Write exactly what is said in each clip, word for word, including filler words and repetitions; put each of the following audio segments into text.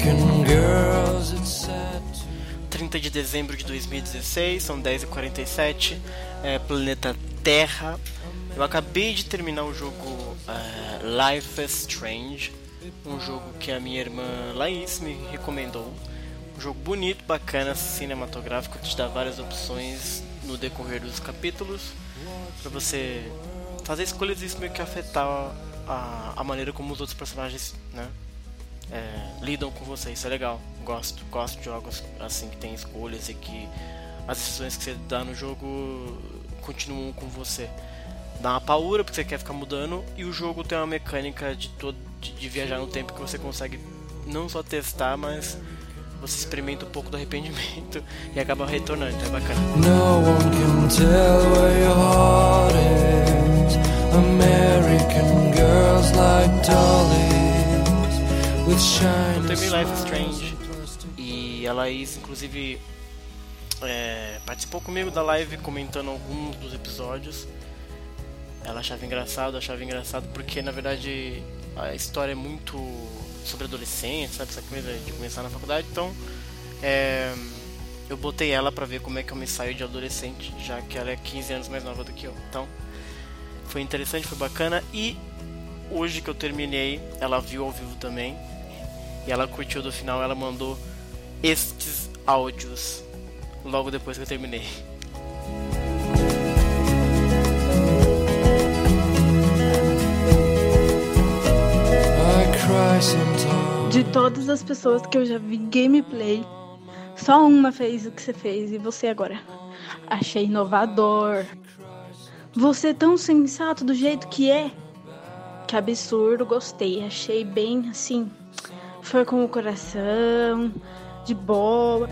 American girls, it's sad to... trinta de dezembro de dois mil e dezesseis, são dez e quarenta e sete, é, planeta Terra. Eu acabei de terminar o jogo uh, Life is Strange, um jogo que a minha irmã Laís me recomendou. Um jogo bonito, bacana, cinematográfico, que te dá várias opções no decorrer dos capítulos para você fazer escolhas e isso meio que afetar a, a maneira como os outros personagens, né, é, lidam com você. Isso é legal, gosto, gosto de jogos assim que tem escolhas e que as decisões que você dá no jogo continuam com você. Dá uma paura porque você quer ficar mudando, e o jogo tem uma mecânica de, todo, de, de viajar no tempo que você consegue não só testar, mas você experimenta um pouco do arrependimento e acaba retornando, então é bacana. No one can tell where your heart is. American girls like dollies with shiny. Eu terminei Life is Strange e a Laís, inclusive, é, participou comigo da live comentando alguns dos episódios. Ela achava engraçado, achava engraçado porque na verdade a história é muito sobre adolescente, sabe, essa coisa de começar na faculdade. Então é, eu botei ela pra ver como é que eu me saio de adolescente, já que ela é quinze anos mais nova do que eu. Então foi interessante, foi bacana. E hoje que eu terminei, ela viu ao vivo também e ela curtiu do final. Ela mandou estes áudios logo depois que eu terminei. De todas as pessoas que eu já vi gameplay, só uma fez o que você fez, e você agora. Achei inovador. Você é tão sensato do jeito que é. Que absurdo, gostei. Achei bem assim, foi com o coração, de boa.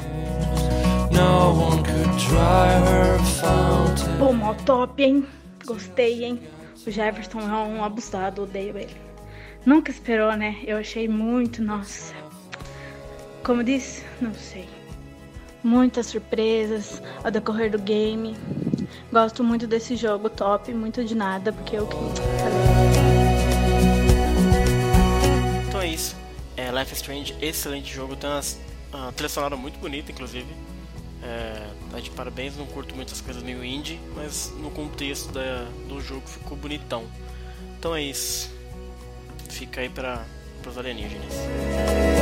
Pô, mó top, hein? Gostei, hein? O Jefferson é um abusado, odeio ele. Nunca esperou, né? Eu achei muito, nossa. Como disse? Não sei. Muitas surpresas ao decorrer do game. Gosto muito desse jogo, top, muito de nada, porque eu que falei. Então é isso. É, Life is Strange, excelente jogo. Tem umas uh, trilha sonora muito bonita, inclusive. É, tá de parabéns, não curto muitas coisas meio indie, mas no contexto da, do jogo ficou bonitão. Então é isso. Fica aí para os alienígenas.